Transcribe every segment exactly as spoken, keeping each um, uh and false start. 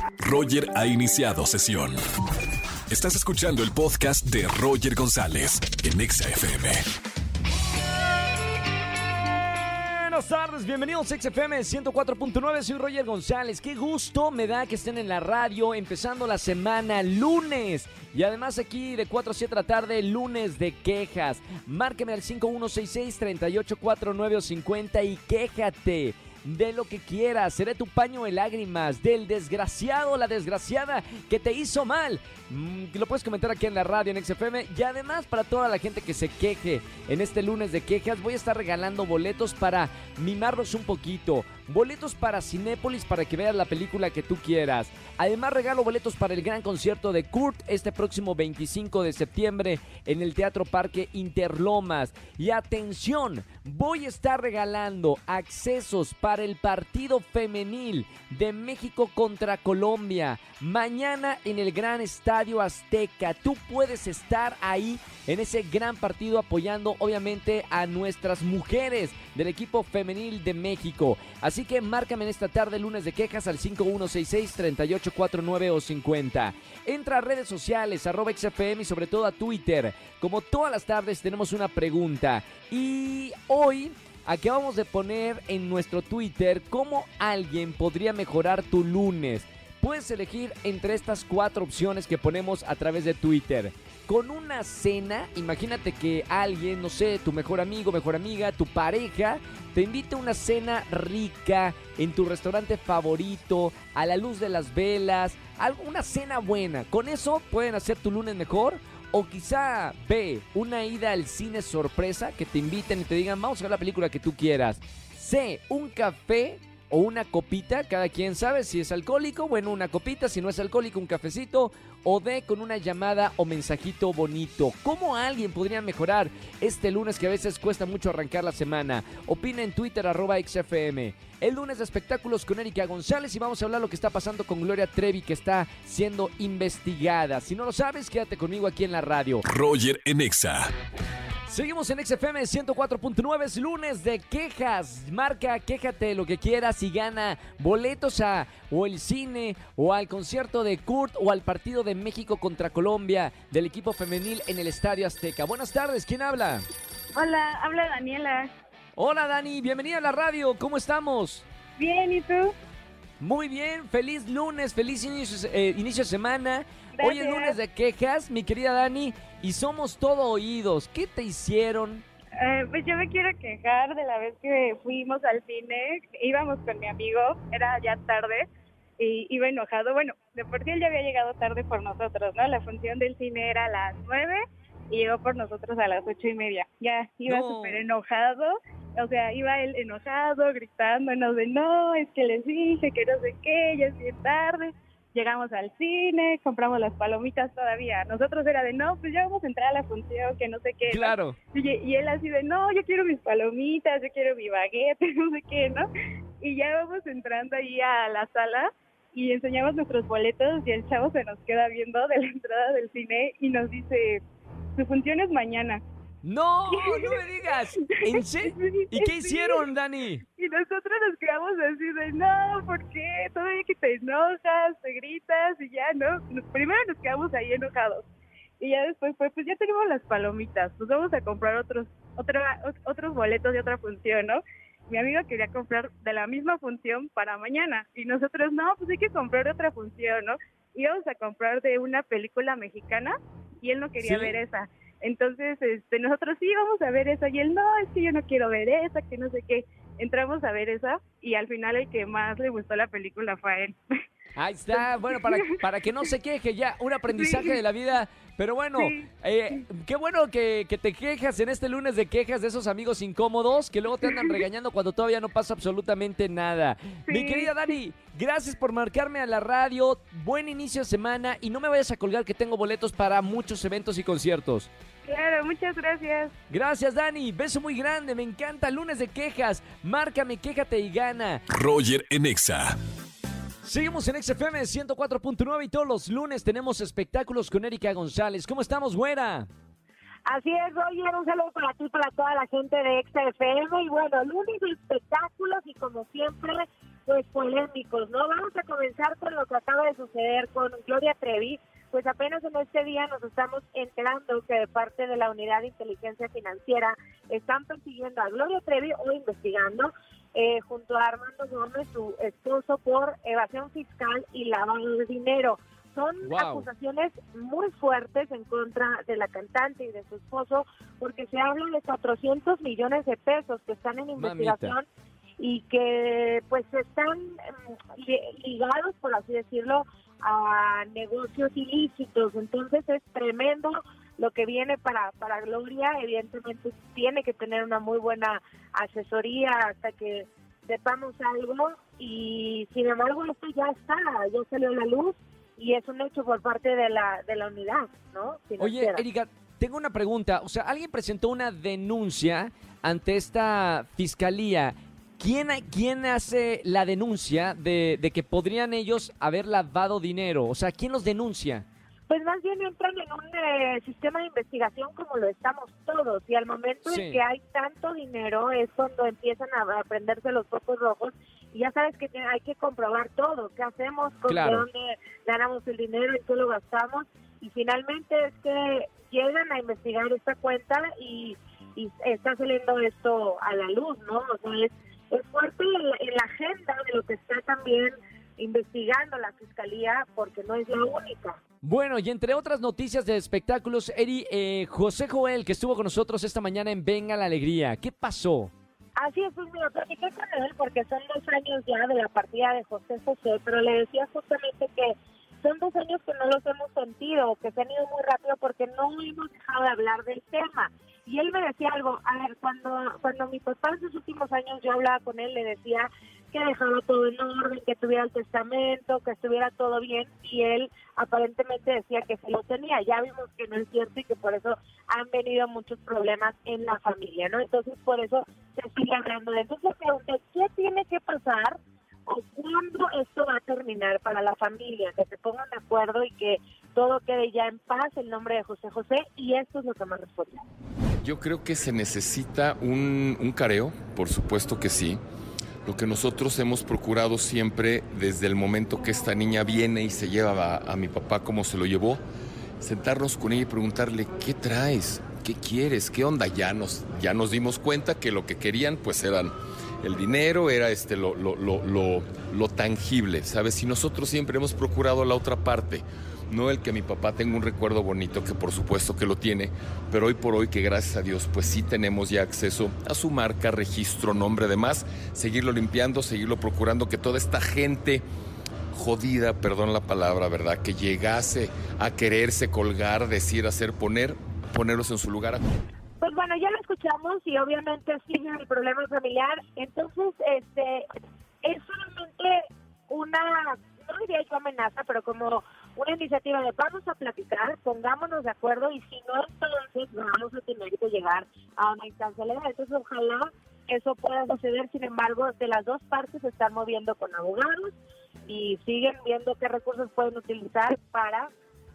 Roger ha iniciado sesión. Estás escuchando el podcast de Roger González en Exa F M. Buenas tardes, bienvenidos a Exa F M ciento cuatro punto nueve, soy Roger González. Qué gusto me da que estén en la radio, empezando la semana lunes. Y además aquí de cuatro a siete de la tarde, lunes de quejas. Márqueme al cinco uno seis seis, tres ocho cuatro nueve cinco cero y quéjate de lo que quieras. Seré tu paño de lágrimas, del desgraciado o la desgraciada que te hizo mal. Mm, lo puedes comentar aquí en la radio, en X F M. Y además, para toda la gente que se queje en este lunes de quejas, voy a estar regalando boletos para mimarlos un poquito. Boletos para Cinépolis para que veas la película que tú quieras. Además, regalo boletos para el gran concierto de Kurt este próximo veinticinco de septiembre en el Teatro Parque Interlomas. Y atención, voy a estar regalando accesos para el partido femenil de México contra Colombia. Mañana en el Gran Estadio Azteca. Tú puedes estar ahí en ese gran partido apoyando obviamente a nuestras mujeres del equipo femenil de México. Así que márcame en esta tarde lunes de quejas al cinco uno seis seis, tres ocho cuatro nueve cinco cero. Entra a redes sociales, arroba X F M y sobre todo a Twitter. Como todas las tardes tenemos una pregunta. Y hoy acabamos de poner en nuestro Twitter cómo alguien podría mejorar tu lunes. Puedes elegir entre estas cuatro opciones que ponemos a través de Twitter. Con una cena, imagínate que alguien, no sé, tu mejor amigo, mejor amiga, tu pareja, te invita a una cena rica en tu restaurante favorito, a la luz de las velas, algo, una cena buena. Con eso pueden hacer tu lunes mejor. O quizá, B, una ida al cine sorpresa, que te inviten y te digan, vamos a ver la película que tú quieras. C, un café o una copita, cada quien sabe si es alcohólico, bueno, una copita, si no es alcohólico, un cafecito. O D, con una llamada o mensajito bonito. ¿Cómo alguien podría mejorar este lunes que a veces cuesta mucho arrancar la semana? Opina en Twitter, arroba X F M. El lunes de espectáculos con Erika González y vamos a hablar lo que está pasando con Gloria Trevi, que está siendo investigada. Si no lo sabes, quédate conmigo aquí en la radio. Roger en Exa. Seguimos en X F M ciento cuatro punto nueve, es lunes de quejas. Marca, quéjate lo que quieras y gana boletos a o el cine o al concierto de Kurt o al partido de México contra Colombia del equipo femenil en el Estadio Azteca. Buenas tardes, ¿quién habla? Hola, habla Daniela. Hola Dani, bienvenida a la radio, ¿cómo estamos? Bien, ¿y tú? Muy bien, feliz lunes, feliz inicio, eh, inicio de semana. Gracias. Hoy es lunes de quejas, mi querida Dani, y somos todo oídos. ¿Qué te hicieron? Eh, pues yo me quiero quejar de la vez que fuimos al cine, íbamos con mi amigo, era ya tarde, y iba enojado. Bueno, de por sí él ya había llegado tarde por nosotros, ¿no? La función del cine era a las nueve y llegó por nosotros a las ocho y media. Ya, iba No. súper enojado, o sea, iba él enojado, gritándonos de no, es que les dije que no sé qué, ya es bien tarde. Llegamos al cine, compramos las palomitas todavía. Nosotros era de, no, pues ya vamos a entrar a la función, que no sé qué, ¿no? Claro. Y, y él así de, no, yo quiero mis palomitas, yo quiero mi baguette, no sé qué, ¿no? Y ya vamos entrando ahí a la sala y enseñamos nuestros boletos y el chavo se nos queda viendo de la entrada del cine y nos dice, su función es mañana. No, no me digas. ¿En serio? ¿Y qué hicieron, Dani? Y nosotros nos quedamos así de, no, ¿por qué? Todavía que te enojas, te gritas y ya, ¿no? Nos- primero nos quedamos ahí enojados. Y ya después fue, pues ya tenemos las palomitas, pues vamos a comprar otros otra, ot- otros boletos de otra función, ¿no? Mi amigo quería comprar de la misma función para mañana. Y nosotros, no, pues hay que comprar otra función, ¿no? Íbamos a comprar de una película mexicana y él no quería ¿Sí? ver esa. Entonces, este, nosotros sí vamos a ver esa y él, no, es que yo no quiero ver esa, que no sé qué. Entramos a ver esa y al final el que más le gustó la película fue a él. Ahí está, bueno, para, para que no se queje ya, un aprendizaje Sí. de la vida. Pero bueno, Sí. eh, qué bueno que, que te quejas en este lunes de quejas de esos amigos incómodos que luego te andan regañando cuando todavía no pasa absolutamente nada. Sí. Mi querida Dani, gracias por marcarme a la radio, buen inicio de semana y no me vayas a colgar que tengo boletos para muchos eventos y conciertos. Claro, muchas gracias. Gracias Dani, beso muy grande, me encanta, lunes de quejas, márcame, quéjate y gana. Roger en Exa. Seguimos en X F M ciento cuatro punto nueve y todos los lunes tenemos espectáculos con Erika González. ¿Cómo estamos, güera? Así es, Roger, un saludo para ti, para toda la gente de Exa F M. Y bueno, lunes de espectáculos y como siempre, pues polémicos, ¿no? Vamos a comenzar con lo que acaba de suceder con Gloria Trevi. Pues apenas en este día nos estamos enterando que de parte de la Unidad de Inteligencia Financiera están persiguiendo a Gloria Trevi o investigando eh, junto a Armando Gómez, su esposo, por evasión fiscal y lavado de dinero. Son wow. acusaciones muy fuertes en contra de la cantante y de su esposo, porque se habla de cuatrocientos millones de pesos que están en investigación. Mamita. Y que pues están eh, ligados, por así decirlo, a negocios ilícitos. Entonces es tremendo lo que viene para, para Gloria. Evidentemente tiene que tener una muy buena asesoría hasta que sepamos algo, y sin embargo esto ya está, ya salió a la luz y es un hecho por parte de la, de la unidad, ¿no? Oye, Erika, tengo una pregunta. O sea, alguien presentó una denuncia ante esta fiscalía. ¿Quién, ¿Quién hace la denuncia de, de que podrían ellos haber lavado dinero? O sea, ¿quién los denuncia? Pues más bien entran en un eh, sistema de investigación como lo estamos todos, y al momento sí. en que hay tanto dinero es cuando empiezan a, a prenderse los focos rojos, y ya sabes que hay que comprobar todo, qué hacemos, con claro. de dónde ganamos el dinero, en qué lo gastamos, y finalmente es que llegan a investigar esta cuenta y, y está saliendo esto a la luz, ¿no? O sea, es Es fuerte en la, en la agenda de lo que está también investigando la Fiscalía, porque no es la única. Bueno, y entre otras noticias de espectáculos, Eri, eh, José Joel, que estuvo con nosotros esta mañana en Venga la Alegría. ¿Qué pasó? Así es, pues mira, platiqué con él porque son dos años ya de la partida de José José, pero le decía justamente que son dos años que no los hemos sentido, que se han ido muy rápido porque no hemos dejado de hablar del tema. Y él me decía algo, a ver, cuando cuando mi papá en sus últimos años yo hablaba con él, le decía que dejara todo en orden, que tuviera el testamento, que estuviera todo bien, y él aparentemente decía que se lo tenía. Ya vimos que no es cierto y que por eso han venido muchos problemas en la familia, ¿no? Entonces por eso se sigue hablando de eso. Entonces le pregunté, ¿qué tiene que pasar o cuándo esto va a terminar para la familia? Que se pongan de acuerdo y que todo quede ya en paz, el nombre de José José, y esto es lo que me respondió. Yo creo que se necesita un, un careo, por supuesto que sí. Lo que nosotros hemos procurado siempre, desde el momento que esta niña viene y se lleva a, a mi papá como se lo llevó, sentarnos con ella y preguntarle, ¿qué traes? ¿Qué quieres? ¿Qué onda? Ya nos, ya nos dimos cuenta que lo que querían pues eran el dinero, era este lo, lo, lo, lo, lo tangible, ¿sabes? Y nosotros siempre hemos procurado la otra parte. No el que mi papá tenga un recuerdo bonito, que por supuesto que lo tiene, pero hoy por hoy que gracias a Dios pues sí tenemos ya acceso a su marca, registro, nombre, demás, seguirlo limpiando, seguirlo procurando, que toda esta gente jodida, perdón la palabra, ¿verdad? Que llegase a quererse colgar, decir, hacer, poner, ponerlos en su lugar. Pues bueno, ya lo escuchamos y obviamente sigue el problema familiar, entonces este es solamente una, no diría yo amenaza, pero como una iniciativa de vamos a platicar, pongámonos de acuerdo, y si no, entonces vamos a tener que llegar a una instancia legal. Entonces ojalá eso pueda suceder. Sin embargo, de las dos partes se están moviendo con abogados y siguen viendo qué recursos pueden utilizar para,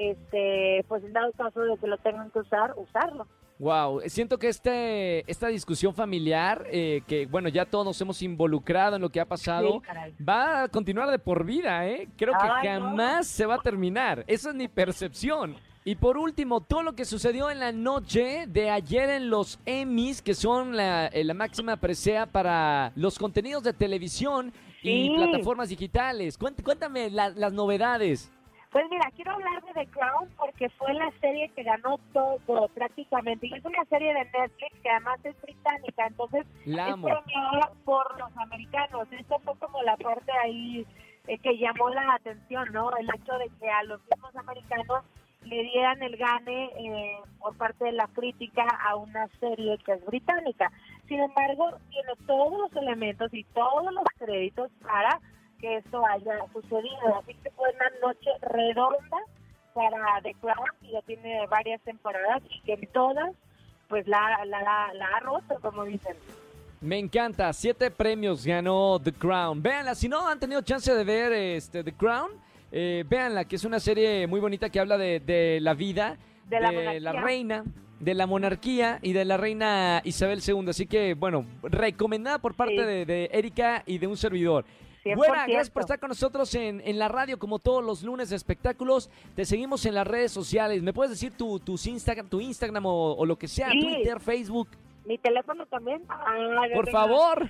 este pues en dado caso de que lo tengan que usar, usarlo. Wow, siento que este esta discusión familiar, eh, que bueno, ya todos nos hemos involucrado en lo que ha pasado, Sí, va a continuar de por vida, ¿eh? Creo que Ay, jamás no. se va a terminar. Esa es mi percepción. Y por último, todo lo que sucedió en la noche de ayer en los Emmys, que son la, eh, la máxima presea para los contenidos de televisión y Sí. plataformas digitales. Cuént- Cuéntame la- las novedades. Pues mira, quiero hablar de The Crown porque fue la serie que ganó todo prácticamente. Y es una serie de Netflix que además es británica, entonces La es amo. premiada por los americanos. Esto fue como la parte ahí eh, que llamó la atención, ¿no? El hecho de que a los mismos americanos le dieran el gane eh, por parte de la crítica a una serie que es británica. Sin embargo, tiene todos los elementos y todos los créditos para que esto haya sucedido. Así que fue una noche redonda para The Crown, y ya tiene varias temporadas y que en todas pues la, la, la, la ha roto, como dicen. Me encanta, siete premios ganó The Crown. Véanla, si no han tenido chance de ver este The Crown, eh, véanla, que es una serie muy bonita que habla de, de la vida, De la monarquía. la reina, de la monarquía y de la reina Isabel segunda. Así que, bueno, recomendada por parte Sí. de, de Erika y de un servidor. cien por ciento. Güera, gracias por estar con nosotros en, en la radio como todos los lunes de espectáculos. Te seguimos en las redes sociales. ¿Me puedes decir tu, tus Instagram, tu Instagram o, o lo que sea? Sí. Twitter, Facebook. ¿Mi teléfono también? Ah, Por tengo. favor.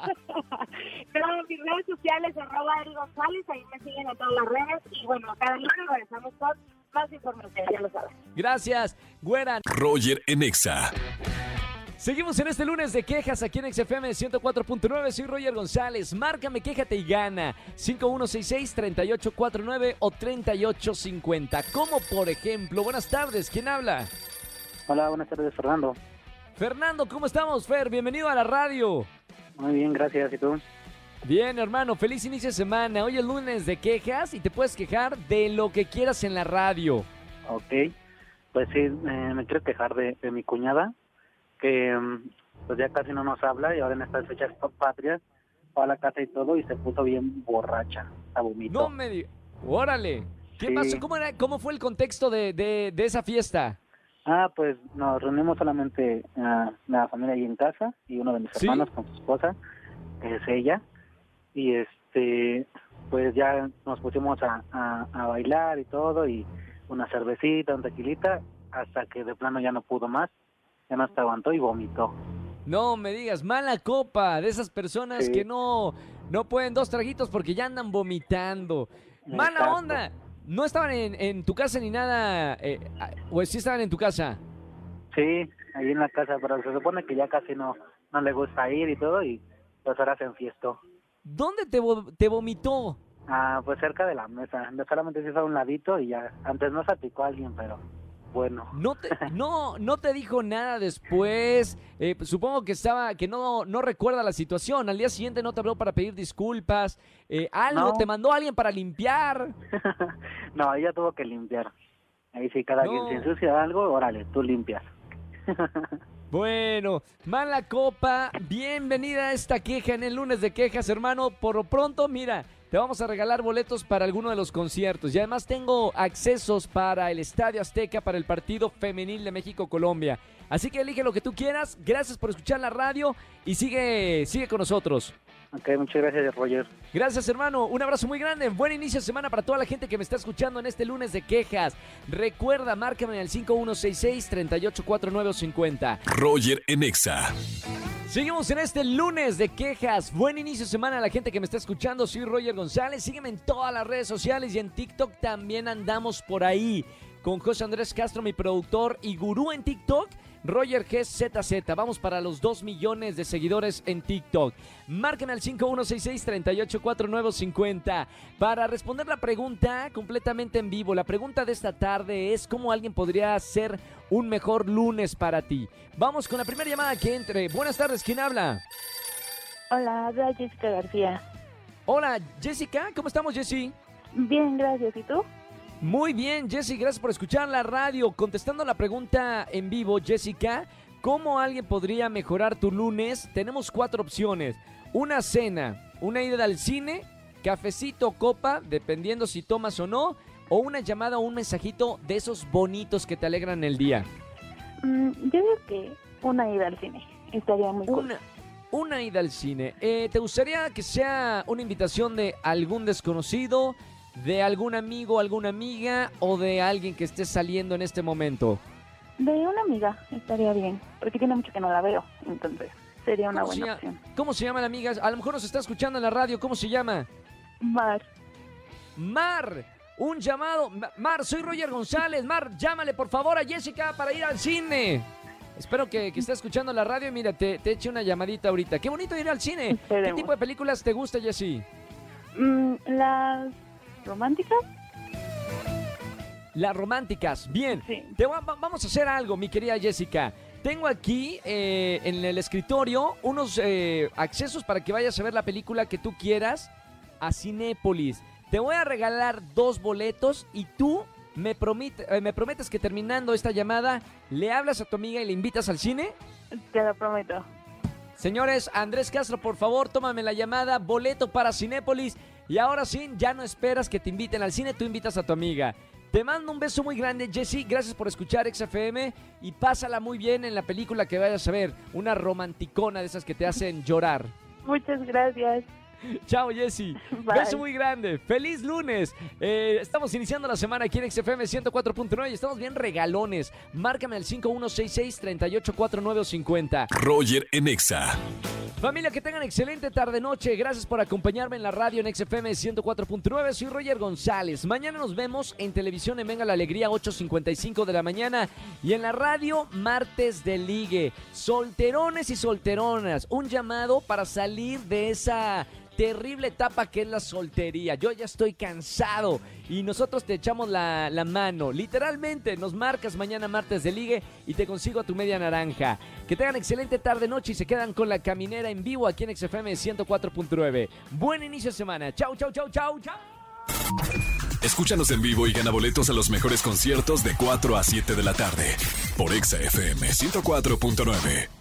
Pero mis redes sociales, arroba Eri González, ahí me siguen en todas las redes. Y bueno, cada lunes regresamos con más información, ya lo sabes. Gracias, güera. Roger en Exa. Seguimos en este lunes de quejas aquí en X F M ciento cuatro punto nueve. Soy Roger González. Márcame, quéjate y gana. cinco uno seis seis, tres ocho cuatro nueve o treinta y ocho cincuenta. Como por ejemplo, buenas tardes. ¿Quién habla? Hola, buenas tardes, Fernando. Fernando, ¿cómo estamos, Fer? Bienvenido a la radio. Muy bien, gracias. ¿Y tú? Bien, hermano. Feliz inicio de semana. Hoy es lunes de quejas y te puedes quejar de lo que quieras en la radio. Ok. Pues sí, eh, me quiero quejar de, de mi cuñada, que mm, pues ya casi no nos habla y ahora en estas fechas patrias va a la casa y todo y se puso bien borracha, a vomitó. No me digas. Órale. ¿Qué Sí. pasó? ¿Cómo, era, ¿Cómo fue el contexto de, de, de esa fiesta? Ah, pues nos reunimos solamente uh, la familia ahí en casa y uno de mis ¿Sí? hermanos con su esposa, que es ella, y este, pues ya nos pusimos a, a, a bailar y todo, y una cervecita, un tequilita, hasta que de plano ya no pudo más, ya no se aguantó y vomitó. No me digas, mala copa de esas personas Sí. que no, no pueden dos traguitos porque ya andan vomitando. Mala Exacto. onda. ¿No estaban en, en tu casa ni nada? Eh, ¿O sí estaban en tu casa? Sí, ahí en la casa, pero se supone que ya casi no, no le gusta ir y todo, y pues ahora se enfiestó. ¿Dónde te, vo- te vomitó? Ah, pues cerca de la mesa, solamente se hizo a un ladito y ya, antes no se picó a alguien, pero bueno. ¿No te, no, no te dijo nada después? Eh, supongo que estaba, que no, no recuerda la situación. Al día siguiente no te habló para pedir disculpas. Eh, algo, No. te mandó a alguien para limpiar. No, ella tuvo que limpiar. Ahí sí, cada No. quien se ensucia algo, órale, tú limpias. Bueno, mala copa, bienvenida a esta queja en el lunes de quejas, hermano. Por lo pronto, mira, te vamos a regalar boletos para alguno de los conciertos. Y además tengo accesos para el Estadio Azteca para el partido femenil de México-Colombia. Así que elige lo que tú quieras. Gracias por escuchar la radio y sigue, sigue con nosotros. Ok, muchas gracias, Roger. Gracias, hermano. Un abrazo muy grande. Buen inicio de semana para toda la gente que me está escuchando en este lunes de quejas. Recuerda, márcame al cinco uno seis seis, tres ocho cuatro nueve cincuenta. Roger en Exa. Seguimos en este lunes de quejas. Buen inicio de semana a la gente que me está escuchando. Soy Roger González. Sígueme en todas las redes sociales y en TikTok también andamos por ahí. Con José Andrés Castro, mi productor y gurú en TikTok, Roger G Z Z. Vamos para los dos millones de seguidores en TikTok. Márquenme al cinco uno seis seis, tres ocho cuatro nueve cincuenta para responder la pregunta completamente en vivo. La pregunta de esta tarde es cómo alguien podría ser un mejor lunes para ti. Vamos con la primera llamada que entre. Buenas tardes, ¿quién habla? Hola, habla Jessica García. Hola, Jessica. ¿Cómo estamos, Jessy? Bien, gracias. ¿Y tú? Muy bien, Jessy, gracias por escuchar la radio. Contestando la pregunta en vivo, Jessica, ¿cómo alguien podría mejorar tu lunes? Tenemos cuatro opciones. Una cena, una ida al cine, cafecito o copa, dependiendo si tomas o no, o una llamada o un mensajito de esos bonitos que te alegran el día. Mm, yo digo que una ida al cine estaría muy cool. Una, una ida al cine. Eh, ¿Te gustaría que sea una invitación de algún desconocido, de algún amigo, alguna amiga o de alguien que esté saliendo en este momento? De una amiga estaría bien, porque tiene mucho que no la veo, entonces sería una ¿Cómo se buena llama- opción. ¿Cómo se llama la amiga? A lo mejor nos está escuchando en la radio. ¿Cómo se llama? Mar, Mar. Un llamado. Ma- Mar, soy Roger González. Mar, llámale por favor a Jessica para ir al cine. Espero que, que esté escuchando la radio y mira, te, te eche una llamadita ahorita. Qué bonito ir al cine. ¿Qué Esperemos. tipo de películas te gusta, Jessy? mm, las románticas, Las románticas. Bien. sí. Te va- va- vamos a hacer algo, mi querida Jessica. Tengo aquí eh, en el escritorio unos eh, accesos para que vayas a ver la película que tú quieras a Cinépolis. Te voy a regalar dos boletos y tú me, promete- eh, me prometes que terminando esta llamada le hablas a tu amiga y le invitas al cine. Te lo prometo. Señores, Andrés Castro, por favor, tómame la llamada, boleto para Cinépolis. Y ahora sí, ya no esperas que te inviten al cine, tú invitas a tu amiga. Te mando un beso muy grande, Jessy. Gracias por escuchar X F M y pásala muy bien en la película que vayas a ver. Una romanticona de esas que te hacen llorar. Muchas gracias. Chao, Jessy. Bye. Beso muy grande. ¡Feliz lunes! Eh, estamos iniciando la semana aquí en X F M ciento cuatro punto nueve y estamos bien regalones. Márcame al cinco uno seis seis, tres ocho cuatro nueve cinco cero. Roger en Exa. Familia, que tengan excelente tarde-noche. Gracias por acompañarme en la radio en X F M ciento cuatro punto nueve. Soy Roger González. Mañana nos vemos en televisión en Venga la Alegría, ocho cincuenta y cinco de la mañana. Y en la radio, martes de ligue. Solterones y solteronas. Un llamado para salir de esa terrible etapa que es la soltería. Yo ya estoy cansado y nosotros te echamos la, la mano. Literalmente, nos marcas mañana martes de ligue y te consigo a tu media naranja. Que tengan excelente tarde, noche y se quedan con La Caminera en vivo aquí en X F M ciento cuatro punto nueve. Buen inicio de semana. Chau, chau, chau, chau, chau. Escúchanos en vivo y gana boletos a los mejores conciertos de cuatro a siete de la tarde por Exa F M ciento cuatro punto nueve.